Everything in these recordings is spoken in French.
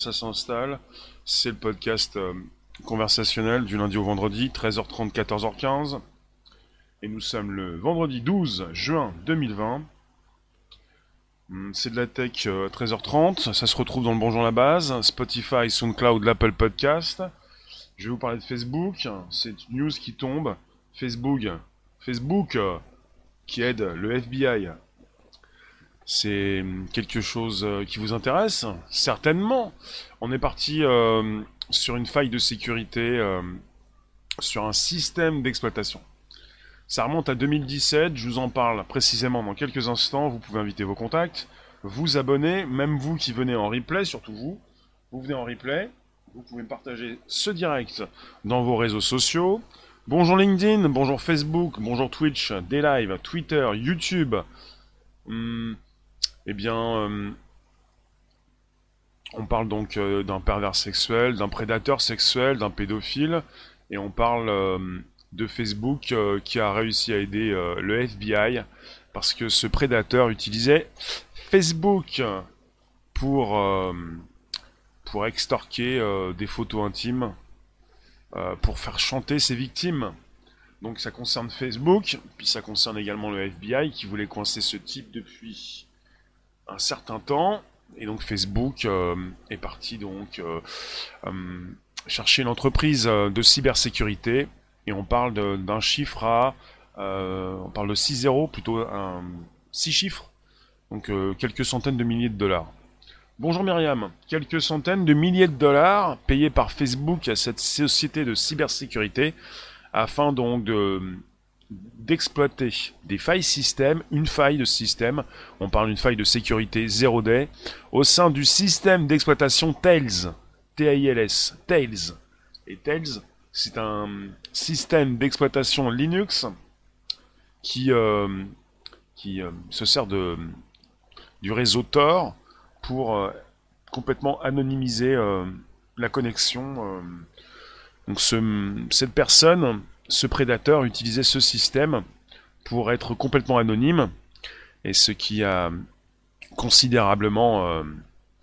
Ça s'installe, c'est le podcast conversationnel du lundi au vendredi, 13h30, 14h15. Et nous sommes le vendredi 12 juin 2020. C'est de la tech 13h30, ça se retrouve dans le Bonjour la base, Spotify, SoundCloud, l'Apple Podcast. Je vais vous parler de Facebook, c'est une news qui tombe. Facebook qui aide le FBI. C'est quelque chose qui vous intéresse? Certainement. On est parti sur une faille de sécurité, sur un système d'exploitation. Ça remonte à 2017, je vous en parle précisément dans quelques instants. Vous pouvez inviter vos contacts, vous abonner, même vous qui venez en replay, surtout vous venez en replay. Vous pouvez partager ce direct dans vos réseaux sociaux. Bonjour LinkedIn, bonjour Facebook, bonjour Twitch, des lives, Twitter, YouTube. On parle donc d'un pervers sexuel, d'un prédateur sexuel, d'un pédophile, et on parle de Facebook qui a réussi à aider le FBI, parce que ce prédateur utilisait Facebook pour, pour extorquer des photos intimes, pour faire chanter ses victimes. Donc ça concerne Facebook, puis ça concerne également le FBI qui voulait coincer ce type depuis un certain temps. Et donc Facebook est parti donc chercher une entreprise de cybersécurité. Et on parle d'un chiffre à... on parle de 6 zéros, plutôt 6 chiffres. Donc quelques centaines de milliers de dollars. Bonjour Myriam, quelques centaines de milliers de dollars payés par Facebook à cette société de cybersécurité afin donc d'exploiter des failles système, une faille de système, on parle d'une faille de sécurité 0 day, au sein du système d'exploitation Tails, T-A-I-L-S, Tails. Et Tails, c'est un système d'exploitation Linux qui se sert du réseau Tor pour complètement anonymiser la connexion. Donc cette personne, ce prédateur, utilisait ce système pour être complètement anonyme, et ce qui a considérablement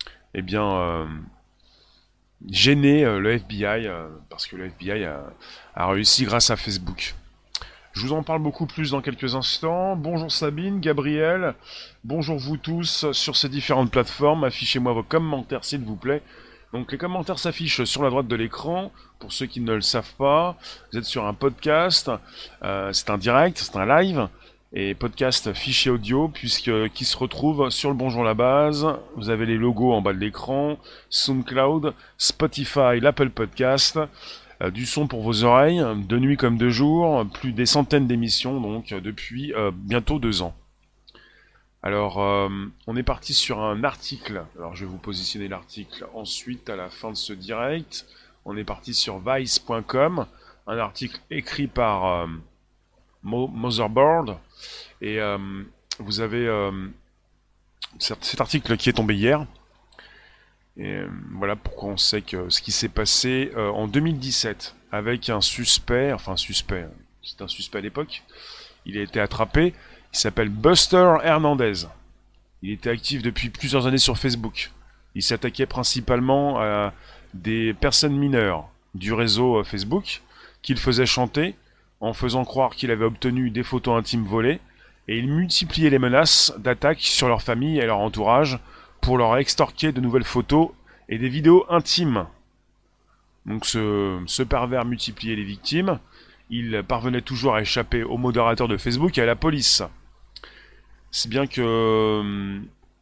gêné le FBI, parce que le FBI a réussi grâce à Facebook. Je vous en parle beaucoup plus dans quelques instants. Bonjour Sabine, Gabriel, bonjour vous tous sur ces différentes plateformes. Affichez-moi vos commentaires s'il vous plaît. Donc les commentaires s'affichent sur la droite de l'écran. Pour ceux qui ne le savent pas, vous êtes sur un podcast, c'est un direct, c'est un live, et podcast fichier audio, qui se retrouve sur le Bonjour la base. Vous avez les logos en bas de l'écran, SoundCloud, Spotify, l'Apple Podcast, du son pour vos oreilles, de nuit comme de jour, plus des centaines d'émissions donc depuis bientôt 2 ans. Alors, on est parti sur un article. Alors, je vais vous positionner l'article ensuite à la fin de ce direct. On est parti sur vice.com, un article écrit par Motherboard. Et vous avez cet article qui est tombé hier. Et voilà pourquoi on sait que ce qui s'est passé en 2017 avec un suspect, c'est un suspect à l'époque. Il a été attrapé. Il s'appelle Buster Hernandez. Il était actif depuis plusieurs années sur Facebook. Il s'attaquait principalement à des personnes mineures du réseau Facebook qu'il faisait chanter en faisant croire qu'il avait obtenu des photos intimes volées, et il multipliait les menaces d'attaque sur leur famille et leur entourage pour leur extorquer de nouvelles photos et des vidéos intimes. Donc ce pervers multipliait les victimes. Il parvenait toujours à échapper aux modérateurs de Facebook et à la police. C'est bien que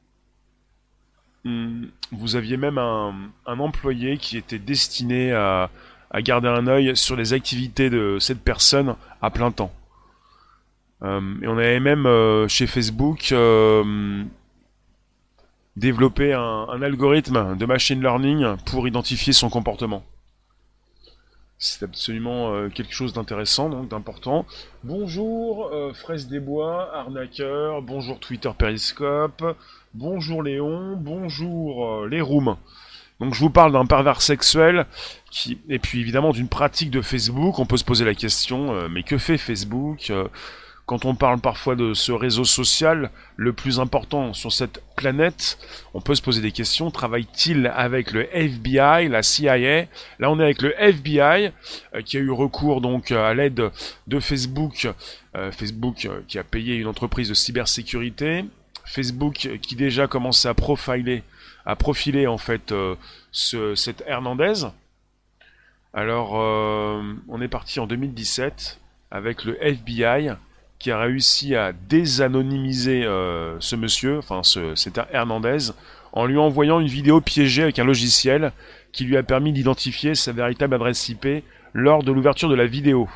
vous aviez même un employé qui était destiné à garder un œil sur les activités de cette personne à plein temps. Et on avait même chez Facebook développé un algorithme de machine learning pour identifier son comportement. C'est absolument quelque chose d'intéressant, donc d'important. Bonjour Fraise des Bois, arnaqueur, bonjour Twitter Periscope, bonjour Léon, bonjour les rooms. Donc je vous parle d'un pervers sexuel, et puis évidemment d'une pratique de Facebook. On peut se poser la question, mais que fait Facebook quand on parle parfois de ce réseau social le plus important sur cette planète, on peut se poser des questions. Travaille-t-il avec le FBI, la CIA? Là, on est avec le FBI qui a eu recours donc à l'aide de Facebook. Facebook qui a payé une entreprise de cybersécurité. Facebook qui déjà commençait à profiler en fait cet Hernandez. Alors, on est parti en 2017 avec le FBI qui a réussi à désanonymiser ce monsieur, enfin cet Hernandez, en lui envoyant une vidéo piégée avec un logiciel qui lui a permis d'identifier sa véritable adresse IP lors de l'ouverture de la vidéo.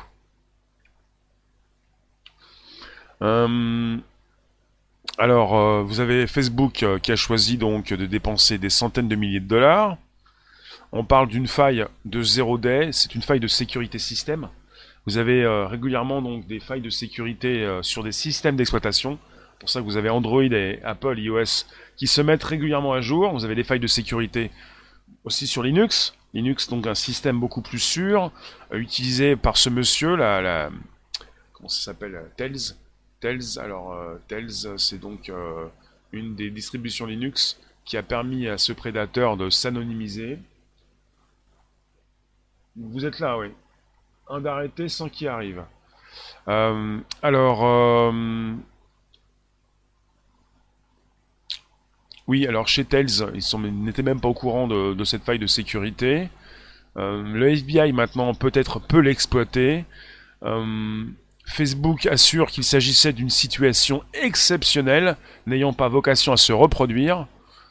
Alors, vous avez Facebook qui a choisi donc de dépenser des centaines de milliers de dollars. On parle d'une faille de 0 day, c'est une faille de sécurité système. Vous avez régulièrement donc des failles de sécurité sur des systèmes d'exploitation. C'est pour ça que vous avez Android et Apple iOS qui se mettent régulièrement à jour. Vous avez des failles de sécurité aussi sur Linux. Linux, donc un système beaucoup plus sûr, utilisé par ce monsieur, comment ça s'appelle, Tails. Alors Tails, c'est donc une des distributions Linux qui a permis à ce prédateur de s'anonymiser. Vous êtes là, oui. Un d'arrêté sans qu'il arrive. Oui, alors chez Tails, ils n'étaient même pas au courant de cette faille de sécurité. Le FBI maintenant peut-être peut l'exploiter. Facebook assure qu'il s'agissait d'une situation exceptionnelle, n'ayant pas vocation à se reproduire.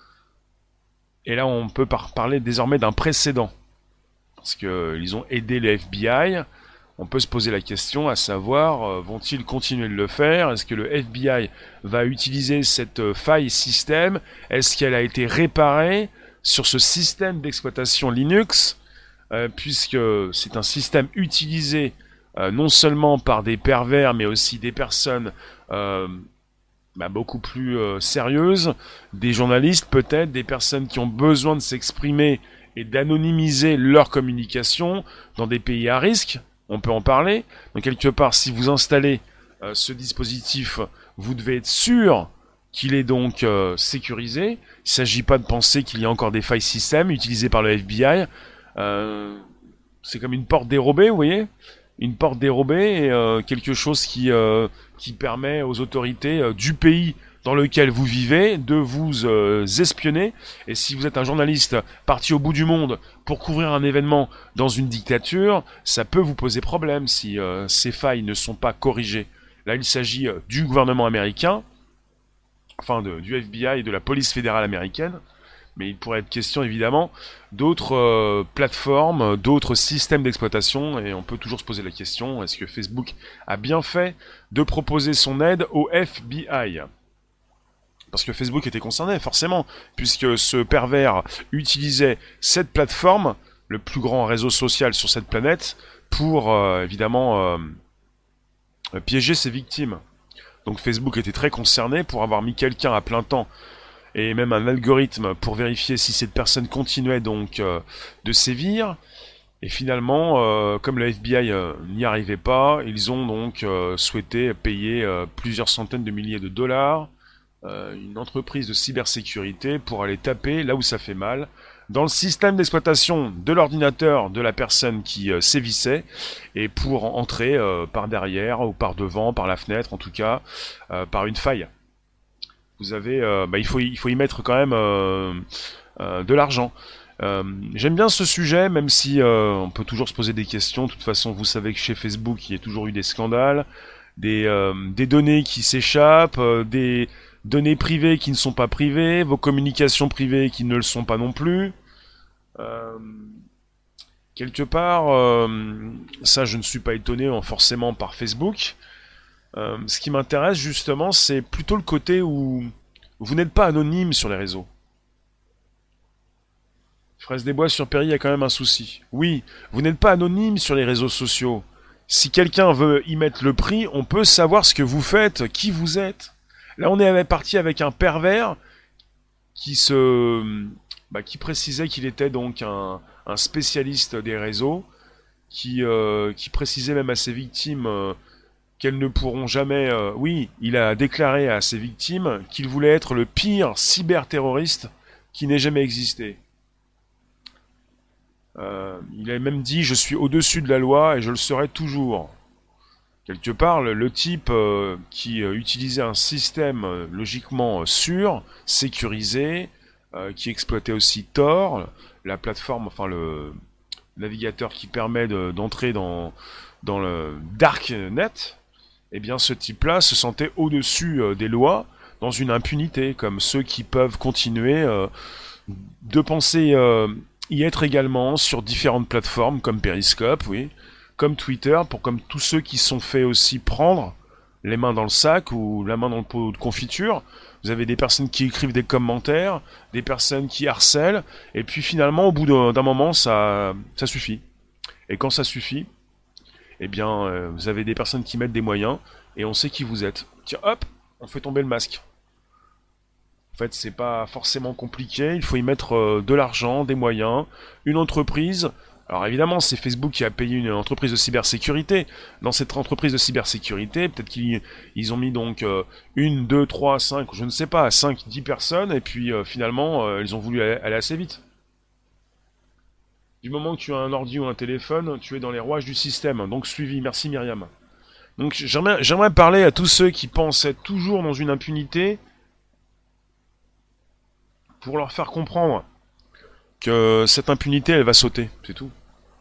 Et là, on peut parler désormais d'un précédent. Parce qu'ils ont aidé le FBI. On peut se poser la question à savoir, vont-ils continuer de le faire? Est-ce que le FBI va utiliser cette faille système? Est-ce qu'elle a été réparée sur ce système d'exploitation Linux? Puisque c'est un système utilisé non seulement par des pervers, mais aussi des personnes beaucoup plus sérieuses, des journalistes peut-être, des personnes qui ont besoin de s'exprimer et d'anonymiser leur communication dans des pays à risque. On peut en parler. Donc quelque part, si vous installez ce dispositif, vous devez être sûr qu'il est donc sécurisé. Il ne s'agit pas de penser qu'il y a encore des failles système utilisées par le FBI. C'est comme une porte dérobée, vous voyez, une porte dérobée et quelque chose qui permet aux autorités du pays dans lequel vous vivez de vous espionner. Et si vous êtes un journaliste parti au bout du monde pour couvrir un événement dans une dictature, ça peut vous poser problème si ces failles ne sont pas corrigées. Là, il s'agit du gouvernement américain, enfin du FBI et de la police fédérale américaine, mais il pourrait être question évidemment d'autres plateformes, d'autres systèmes d'exploitation, et on peut toujours se poser la question, est-ce que Facebook a bien fait de proposer son aide au FBI ? Parce que Facebook était concerné, forcément, puisque ce pervers utilisait cette plateforme, le plus grand réseau social sur cette planète, pour évidemment piéger ses victimes. Donc Facebook était très concerné pour avoir mis quelqu'un à plein temps et même un algorithme pour vérifier si cette personne continuait donc de sévir. Et finalement, comme le FBI n'y arrivait pas, ils ont donc souhaité payer plusieurs centaines de milliers de dollars une entreprise de cybersécurité pour aller taper là où ça fait mal, dans le système d'exploitation de l'ordinateur de la personne qui sévissait, et pour entrer par derrière ou par devant, par la fenêtre en tout cas, par une faille. Vous avez, il faut y mettre quand même de l'argent. J'aime bien ce sujet, même si on peut toujours se poser des questions. De toute façon, vous savez que chez Facebook, il y a toujours eu des scandales, des données qui s'échappent, des données privées qui ne sont pas privées, vos communications privées qui ne le sont pas non plus. Quelque part, ça je ne suis pas étonné forcément par Facebook. Ce qui m'intéresse justement, c'est plutôt le côté où vous n'êtes pas anonyme sur les réseaux. Fraise des Bois sur Perry, il y a quand même un souci. Oui, vous n'êtes pas anonyme sur les réseaux sociaux. Si quelqu'un veut y mettre le prix, on peut savoir ce que vous faites, qui vous êtes. Là, on est parti avec un pervers qui précisait qu'il était donc un spécialiste des réseaux, qui précisait même à ses victimes qu'elles ne pourront jamais... Oui, il a déclaré à ses victimes qu'il voulait être le pire cyberterroriste qui n'ait jamais existé. Il a même dit «Je suis au-dessus de la loi et je le serai toujours». Quelque part, le type qui utilisait un système logiquement sûr, sécurisé, qui exploitait aussi Tor, la plateforme, enfin le navigateur qui permet d'entrer dans le darknet, eh bien ce type-là se sentait au-dessus des lois, dans une impunité, comme ceux qui peuvent continuer de penser y être également sur différentes plateformes, comme Periscope, oui, comme Twitter, comme tous ceux qui sont fait aussi prendre les mains dans le sac ou la main dans le pot de confiture. Vous avez des personnes qui écrivent des commentaires, des personnes qui harcèlent, et puis finalement, au bout d'un moment, ça suffit. Et quand ça suffit, eh bien, vous avez des personnes qui mettent des moyens, et on sait qui vous êtes. Tiens, hop, on fait tomber le masque. En fait, c'est pas forcément compliqué, il faut y mettre de l'argent, des moyens, une entreprise. Alors évidemment, c'est Facebook qui a payé une entreprise de cybersécurité. Dans cette entreprise de cybersécurité, peut-être qu'ils ont mis donc une, deux, trois, cinq, je ne sais pas, 5, 10 personnes, et puis finalement, ils ont voulu aller assez vite. Du moment que tu as un ordi ou un téléphone, tu es dans les rouages du système, donc suivi. Merci Myriam. Donc j'aimerais parler à tous ceux qui pensent être toujours dans une impunité, pour leur faire comprendre que cette impunité, elle va sauter, c'est tout.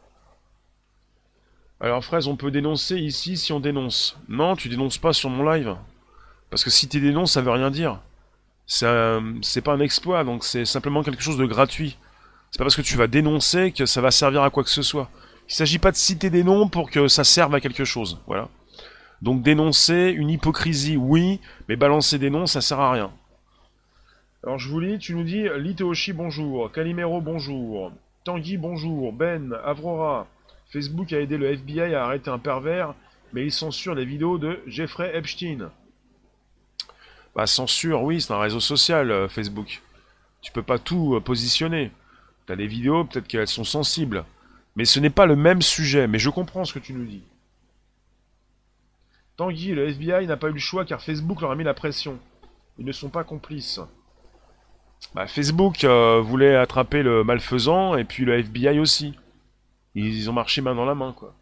Alors Fraise, on peut dénoncer ici si on dénonce. Non, tu dénonces pas sur mon live. Parce que si tu dénonces, ça veut rien dire. C'est pas un exploit, donc c'est simplement quelque chose de gratuit. C'est pas parce que tu vas dénoncer que ça va servir à quoi que ce soit. Il s'agit pas de citer des noms pour que ça serve à quelque chose, voilà. Donc dénoncer, une hypocrisie, oui, mais balancer des noms, ça sert à rien. Alors je vous lis, tu nous dis Liteoshi bonjour, Calimero bonjour, Tanguy bonjour, Ben, Avrora. Facebook a aidé le FBI à arrêter un pervers, mais il censure les vidéos de Jeffrey Epstein. Bah censure, oui, c'est un réseau social, Facebook. Tu peux pas tout positionner. T'as des vidéos, peut-être qu'elles sont sensibles. Mais ce n'est pas le même sujet, mais je comprends ce que tu nous dis. Tanguy, le FBI n'a pas eu le choix car Facebook leur a mis la pression. Ils ne sont pas complices. Bah, Facebook voulait attraper le malfaisant et puis le FBI aussi. Ils ont marché main dans la main, quoi.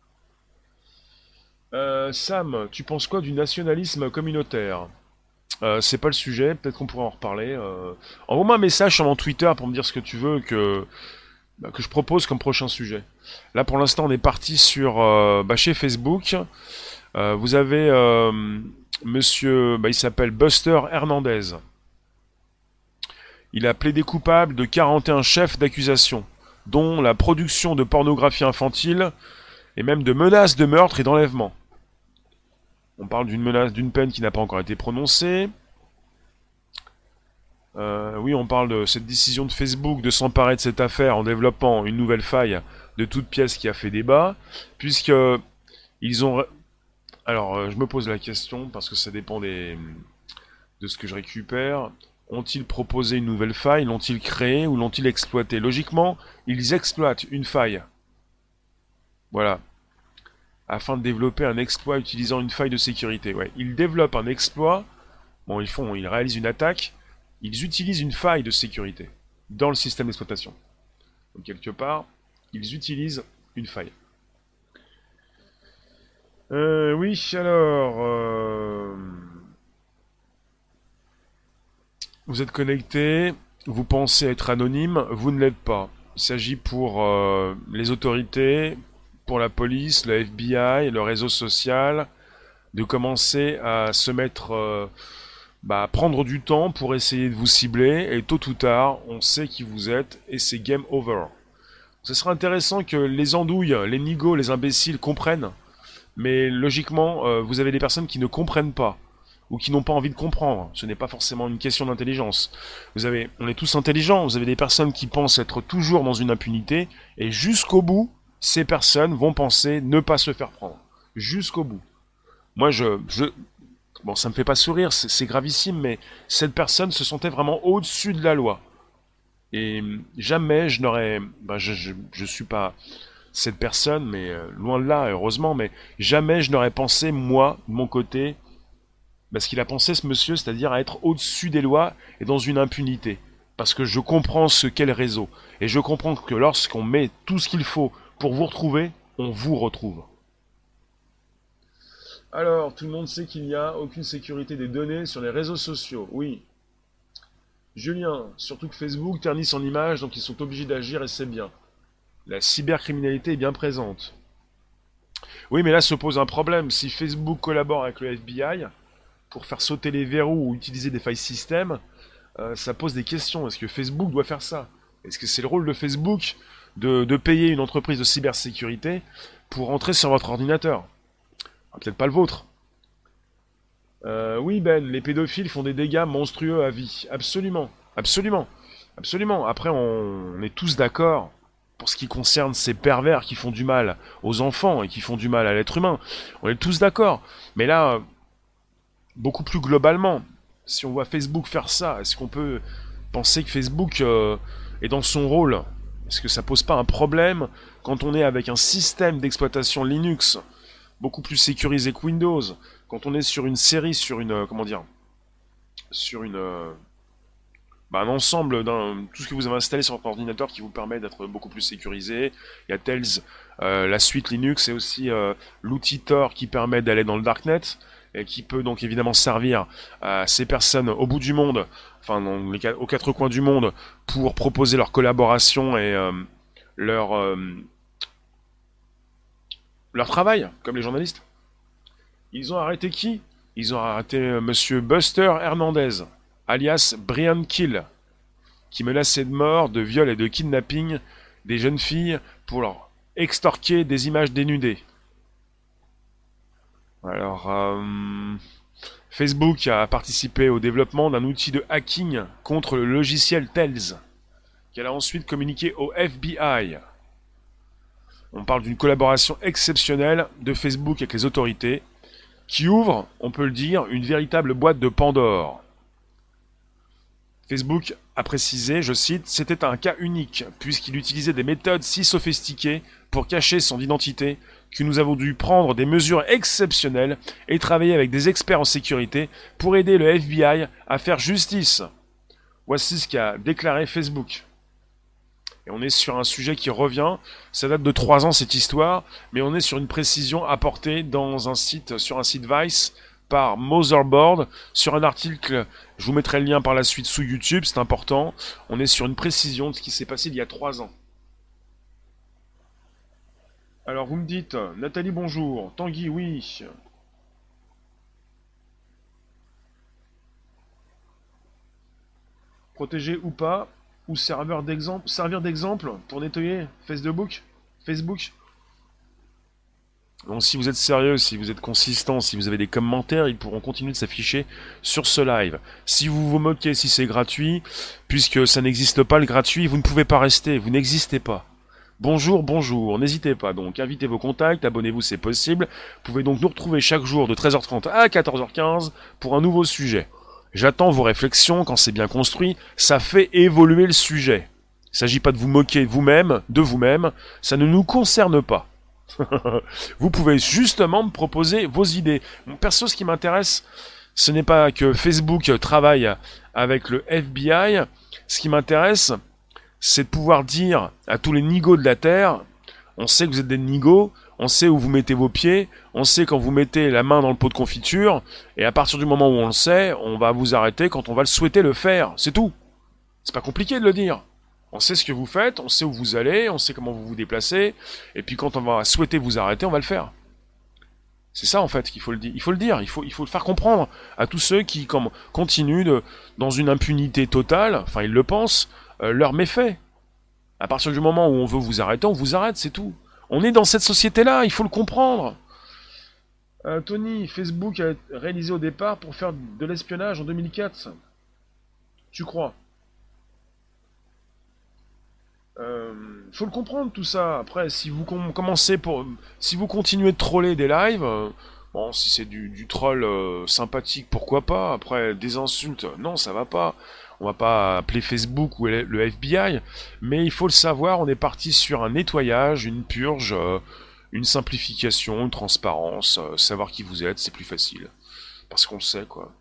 Sam, tu penses quoi du nationalisme communautaire? C'est pas le sujet, peut-être qu'on pourra en reparler. Envoie-moi un message sur mon Twitter pour me dire ce que tu veux que je propose comme prochain sujet. Là, pour l'instant, on est parti sur chez Facebook. Vous avez monsieur, il s'appelle Buster Hernandez. Il a plaidé coupable de 41 chefs d'accusation, dont la production de pornographie infantile et même de menaces de meurtre et d'enlèvement. On parle d'une menace, d'une peine qui n'a pas encore été prononcée. Oui, on parle de cette décision de Facebook de s'emparer de cette affaire en développant une nouvelle faille de toute pièce qui a fait débat, puisque ils ont... Alors, je me pose la question, parce que ça dépend de ce que je récupère. Ont-ils proposé une nouvelle faille? L'ont-ils créée ou l'ont-ils exploitée? Logiquement, ils exploitent une faille. Voilà. Afin de développer un exploit utilisant une faille de sécurité. Ouais. Ils développent un exploit. Bon, ils réalisent une attaque. Ils utilisent une faille de sécurité dans le système d'exploitation. Donc quelque part, ils utilisent une faille. Oui, alors... Vous êtes connecté, vous pensez être anonyme, vous ne l'êtes pas. Il s'agit pour les autorités, pour la police, le FBI, le réseau social, de commencer à se mettre, à prendre du temps pour essayer de vous cibler, et tôt ou tard, on sait qui vous êtes, et c'est game over. Ce serait intéressant que les andouilles, les nigauds, les imbéciles comprennent, mais logiquement, vous avez des personnes qui ne comprennent pas, ou qui n'ont pas envie de comprendre. Ce n'est pas forcément une question d'intelligence. On est tous intelligents, vous avez des personnes qui pensent être toujours dans une impunité, et jusqu'au bout, ces personnes vont penser ne pas se faire prendre. Jusqu'au bout. Moi, bon, ça me fait pas sourire, c'est gravissime, mais cette personne se sentait vraiment au-dessus de la loi. Et jamais je n'aurais... je suis pas... cette personne, mais loin de là, heureusement, mais jamais je n'aurais pensé, moi, de mon côté, ce qu'il a pensé ce monsieur, c'est-à-dire à être au-dessus des lois et dans une impunité. Parce que je comprends ce qu'est le réseau. Et je comprends que lorsqu'on met tout ce qu'il faut pour vous retrouver, on vous retrouve. Alors, tout le monde sait qu'il n'y a aucune sécurité des données sur les réseaux sociaux. Oui. Julien, surtout que Facebook ternit son image, donc ils sont obligés d'agir et c'est bien. La cybercriminalité est bien présente. Oui, mais là se pose un problème. Si Facebook collabore avec le FBI pour faire sauter les verrous ou utiliser des failles système, ça pose des questions. Est-ce que Facebook doit faire ça? Est-ce que c'est le rôle de Facebook de payer une entreprise de cybersécurité pour entrer sur votre ordinateur? Peut-être pas le vôtre. Oui Ben, les pédophiles font des dégâts monstrueux à vie. Absolument, absolument, absolument. Après, on est tous d'accord pour ce qui concerne ces pervers qui font du mal aux enfants et qui font du mal à l'être humain. On est tous d'accord. Mais là, beaucoup plus globalement, si on voit Facebook faire ça, est-ce qu'on peut penser que Facebook est dans son rôle? Est-ce que ça pose pas un problème quand on est avec un système d'exploitation Linux beaucoup plus sécurisé que Windows, quand on est sur une série, sur une, comment dire, sur une, un ensemble tout ce que vous avez installé sur votre ordinateur qui vous permet d'être beaucoup plus sécurisé. Il y a Tails, la suite Linux, et aussi l'outil Tor qui permet d'aller dans le darknet et qui peut donc évidemment servir à ces personnes au bout du monde, enfin aux quatre coins du monde, pour proposer leur collaboration et leur travail, comme les journalistes. Ils ont arrêté qui? Ils ont arrêté monsieur Buster Hernandez, alias Brian Kill, qui menaçait de mort, de viol et de kidnapping des jeunes filles pour leur extorquer des images dénudées. Alors, Facebook a participé au développement d'un outil de hacking contre le logiciel Tails, qu'elle a ensuite communiqué au FBI. On parle d'une collaboration exceptionnelle de Facebook avec les autorités, qui ouvre, on peut le dire, une véritable boîte de Pandore. Facebook a précisé, je cite, c'était un cas unique, puisqu'il utilisait des méthodes si sophistiquées pour cacher son identité que nous avons dû prendre des mesures exceptionnelles et travailler avec des experts en sécurité pour aider le FBI à faire justice. Voici ce qu'a déclaré Facebook. Et on est sur un sujet qui revient, ça date de 3 ans cette histoire, mais on est sur une précision apportée dans un site, sur un site Vice, par Motherboard, sur un article, je vous mettrai le lien par la suite sous YouTube, c'est important, on est sur une précision de ce qui s'est passé il y a 3 ans. Alors vous me dites, Nathalie bonjour, Tanguy oui. Protégé ou pas, ou servir d'exemple pour nettoyer Facebook. Donc si vous êtes sérieux, si vous êtes consistant, si vous avez des commentaires, ils pourront continuer de s'afficher sur ce live. Si vous vous moquez, si c'est gratuit, puisque ça n'existe pas le gratuit, vous ne pouvez pas rester, vous n'existez pas. Bonjour, n'hésitez pas donc, invitez vos contacts, abonnez-vous c'est possible. Vous pouvez donc nous retrouver chaque jour de 13h30 à 14h15 pour un nouveau sujet. J'attends vos réflexions, quand c'est bien construit, ça fait évoluer le sujet. Il ne s'agit pas de vous moquer de vous-même, ça ne nous concerne pas. Vous pouvez justement me proposer vos idées. Perso, ce qui m'intéresse, ce n'est pas que Facebook travaille avec le FBI, ce qui m'intéresse, c'est de pouvoir dire à tous les nigauds de la Terre, on sait que vous êtes des nigauds, on sait où vous mettez vos pieds, on sait quand vous mettez la main dans le pot de confiture, et à partir du moment où on le sait, on va vous arrêter quand on va le souhaiter le faire, c'est tout. C'est pas compliqué de le dire. On sait ce que vous faites, on sait où vous allez, on sait comment vous vous déplacez, et puis quand on va souhaiter vous arrêter, on va le faire. C'est ça en fait qu'il faut le dire. Il faut le dire, il faut le faire comprendre à tous ceux qui continuent dans une impunité totale, enfin ils le pensent, leurs méfaits. À partir du moment où on veut vous arrêter, on vous arrête, c'est tout. On est dans cette société-là, il faut le comprendre. Tony, Facebook a réalisé au départ pour faire de l'espionnage en 2004. Tu crois? Faut le comprendre tout ça. Après, si vous si vous continuez de troller des lives, bon, si c'est du troll sympathique, pourquoi pas. Après, des insultes, non, ça va pas. On va pas appeler Facebook ou le FBI, mais il faut le savoir, on est parti sur un nettoyage, une purge, une simplification, une transparence, savoir qui vous êtes, c'est plus facile. Parce qu'on le sait, quoi.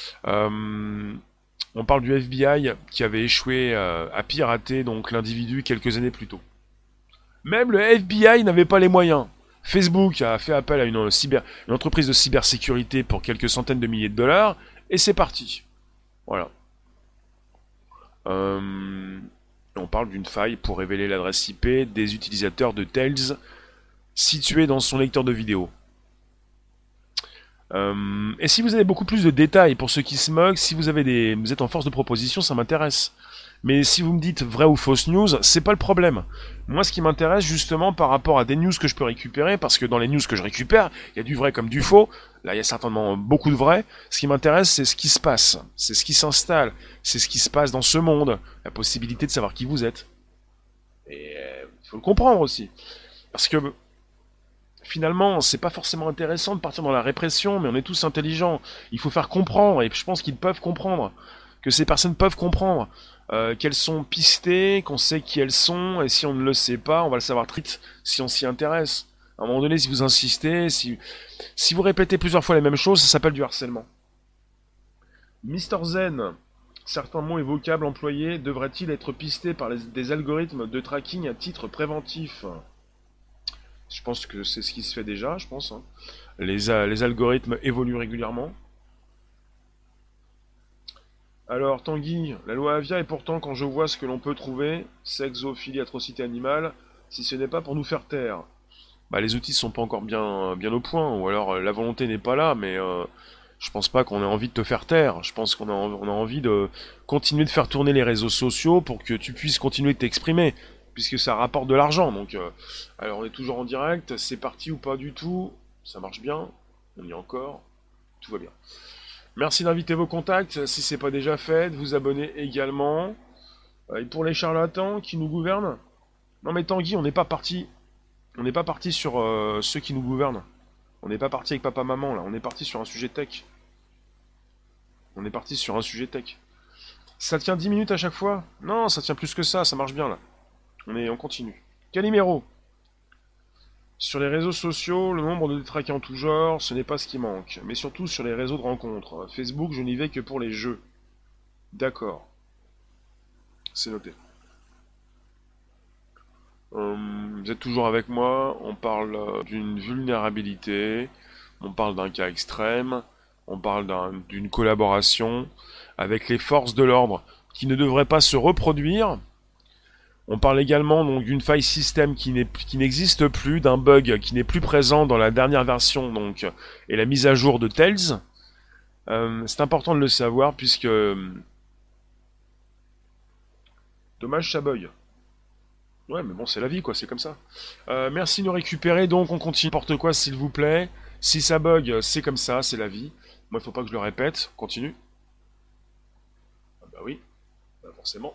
On parle du FBI qui avait échoué à pirater donc l'individu quelques années plus tôt. Même le FBI n'avait pas les moyens. Facebook a fait appel à une entreprise de cybersécurité pour quelques centaines de milliers de dollars, et c'est parti. Voilà. On parle d'une faille pour révéler l'adresse IP des utilisateurs de Tails situés dans son lecteur de vidéo. Et si vous avez beaucoup plus de détails, pour ceux qui se moquent, si vous êtes en force de proposition, ça m'intéresse. Mais si vous me dites vrai ou fausse news, c'est pas le problème. Moi, ce qui m'intéresse justement par rapport à des news que je peux récupérer, parce que dans les news que je récupère, il y a du vrai comme du faux. Là, il y a certainement beaucoup de vrai. Ce qui m'intéresse, c'est ce qui se passe, c'est ce qui s'installe, c'est ce qui se passe dans ce monde, la possibilité de savoir qui vous êtes. Et il faut le comprendre aussi, parce que finalement, c'est pas forcément intéressant de partir dans la répression, mais on est tous intelligents. Il faut faire comprendre, et je pense qu'ils peuvent comprendre, que ces personnes peuvent comprendre qu'elles sont pistées, qu'on sait qui elles sont, et si on ne le sait pas, on va le savoir très vite si on s'y intéresse. À un moment donné, si vous insistez, si vous répétez plusieurs fois les mêmes choses, ça s'appelle du harcèlement. Mister Zen, certains mots et vocables employés devraient-ils être pistés par des algorithmes de tracking à titre préventif? Je pense que c'est ce qui se fait déjà, je pense. Hein. Les algorithmes évoluent régulièrement. Alors, Tanguy, la loi Avia, et pourtant, quand je vois ce que l'on peut trouver, sexe, zoophilie, atrocité animale, si ce n'est pas pour nous faire taire. Bah, les outils sont pas encore bien au point, ou alors la volonté n'est pas là, mais je pense pas qu'on ait envie de te faire taire. Je pense qu'on a envie de continuer de faire tourner les réseaux sociaux pour que tu puisses continuer de t'exprimer, puisque ça rapporte de l'argent. Donc, alors on est toujours en direct, c'est parti ou pas du tout, ça marche bien, on y est encore, tout va bien. Merci d'inviter vos contacts, si c'est pas déjà fait, de vous abonner également. Et pour les charlatans qui nous gouvernent, non mais Tanguy, on n'est pas parti sur ceux qui nous gouvernent. On n'est pas parti avec papa maman là, on est parti sur un sujet tech. Ça tient 10 minutes à chaque fois? Non, ça tient plus que ça marche bien là. On continue. Calimero. Sur les réseaux sociaux, le nombre de détraqués en tout genre, ce n'est pas ce qui manque. Mais surtout sur les réseaux de rencontres. Facebook, je n'y vais que pour les jeux. D'accord. C'est noté. Vous êtes toujours avec moi, on parle d'une vulnérabilité, on parle d'un cas extrême, on parle d'une collaboration avec les forces de l'ordre qui ne devraient pas se reproduire. On parle également donc d'une faille système qui n'existe plus, d'un bug qui n'est plus présent dans la dernière version donc et la mise à jour de Tails. C'est important de le savoir puisque dommage ça bug. Ouais, mais bon, c'est la vie, quoi, c'est comme ça. Merci de nous récupérer, donc on continue n'importe quoi, s'il vous plaît. Si ça bug, c'est comme ça, c'est la vie. Moi, il faut pas que je le répète. Continue. Ah bah oui, bah forcément.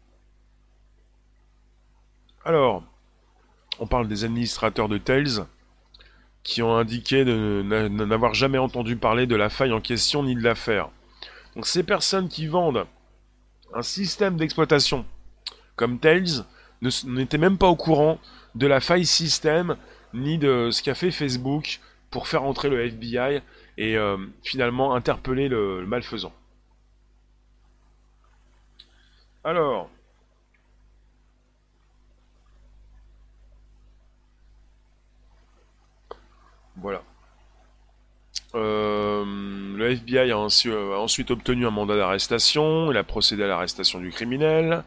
Alors, on parle des administrateurs de Tails qui ont indiqué de n'avoir jamais entendu parler de la faille en question ni de l'affaire. Donc ces personnes qui vendent un système d'exploitation comme Tails n'étaient même pas au courant de la faille système ni de ce qu'a fait Facebook pour faire entrer le FBI et finalement interpeller le malfaisant. Alors, voilà. Le FBI a ensuite obtenu un mandat d'arrestation, il a procédé à l'arrestation du criminel.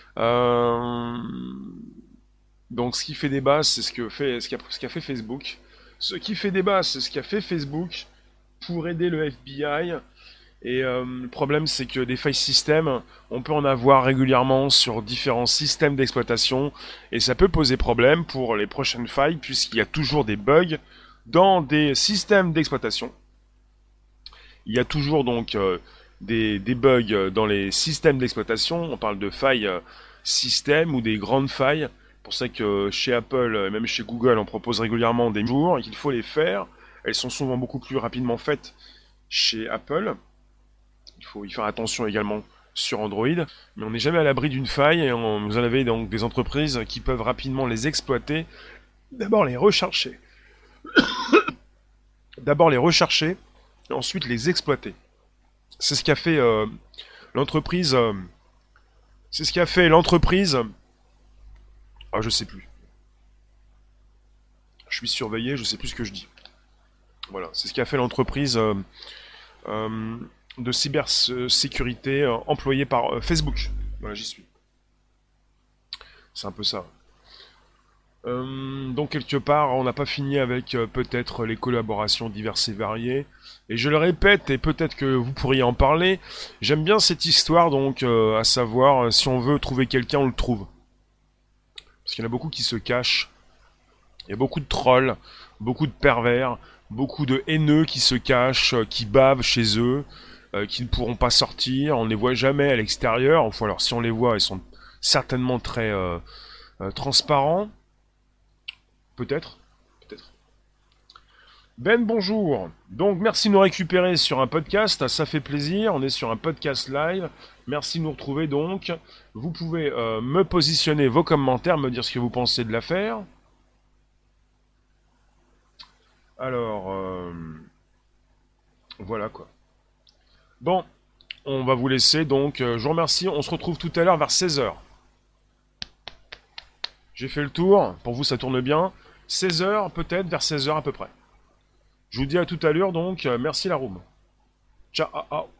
Donc ce qui fait débat, c'est ce qu'a fait Facebook. Ce qui fait débat, c'est ce qu'a fait Facebook pour aider le FBI. Et le problème, c'est que des failles système, on peut en avoir régulièrement sur différents systèmes d'exploitation, et ça peut poser problème pour les prochaines failles, puisqu'il y a toujours des bugs dans des systèmes d'exploitation. Il y a toujours donc des bugs dans les systèmes d'exploitation. On parle de failles système ou des grandes failles. C'est pour ça que chez Apple et même chez Google, on propose régulièrement des mises à jour et qu'il faut les faire. Elles sont souvent beaucoup plus rapidement faites chez Apple. Il faut y faire attention également sur Android, mais on n'est jamais à l'abri d'une faille et vous en avez donc des entreprises qui peuvent rapidement les exploiter. D'abord les rechercher. D'abord les rechercher, et ensuite les exploiter. C'est ce qu'a fait l'entreprise. C'est ce qu'a fait l'entreprise. Ah, je sais plus. Je suis surveillé, je sais plus ce que je dis. Voilà, c'est ce qu'a fait l'entreprise euh, de cybersécurité employée par Facebook. Voilà, j'y suis. C'est un peu ça. Donc quelque part, on n'a pas fini avec peut-être les collaborations diverses et variées. Et je le répète, et peut-être que vous pourriez en parler, j'aime bien cette histoire, donc, à savoir, si on veut trouver quelqu'un, on le trouve. Parce qu'il y en a beaucoup qui se cachent. Il y a beaucoup de trolls, beaucoup de pervers, beaucoup de haineux qui se cachent, qui bavent chez eux, qui ne pourront pas sortir, on ne les voit jamais à l'extérieur. Enfin alors si on les voit, ils sont certainement très transparents. Peut-être. Peut-être. Ben bonjour. Donc merci de nous récupérer sur un podcast, ça fait plaisir, on est sur un podcast live. Merci de nous retrouver donc. Vous pouvez me positionner vos commentaires, me dire ce que vous pensez de l'affaire. Alors, voilà quoi. Bon, on va vous laisser donc. Je vous remercie, on se retrouve tout à l'heure vers 16h. J'ai fait le tour, pour vous ça tourne bien. 16h peut-être, vers 16h à peu près. Je vous dis à tout à l'heure donc, merci la room. Ciao.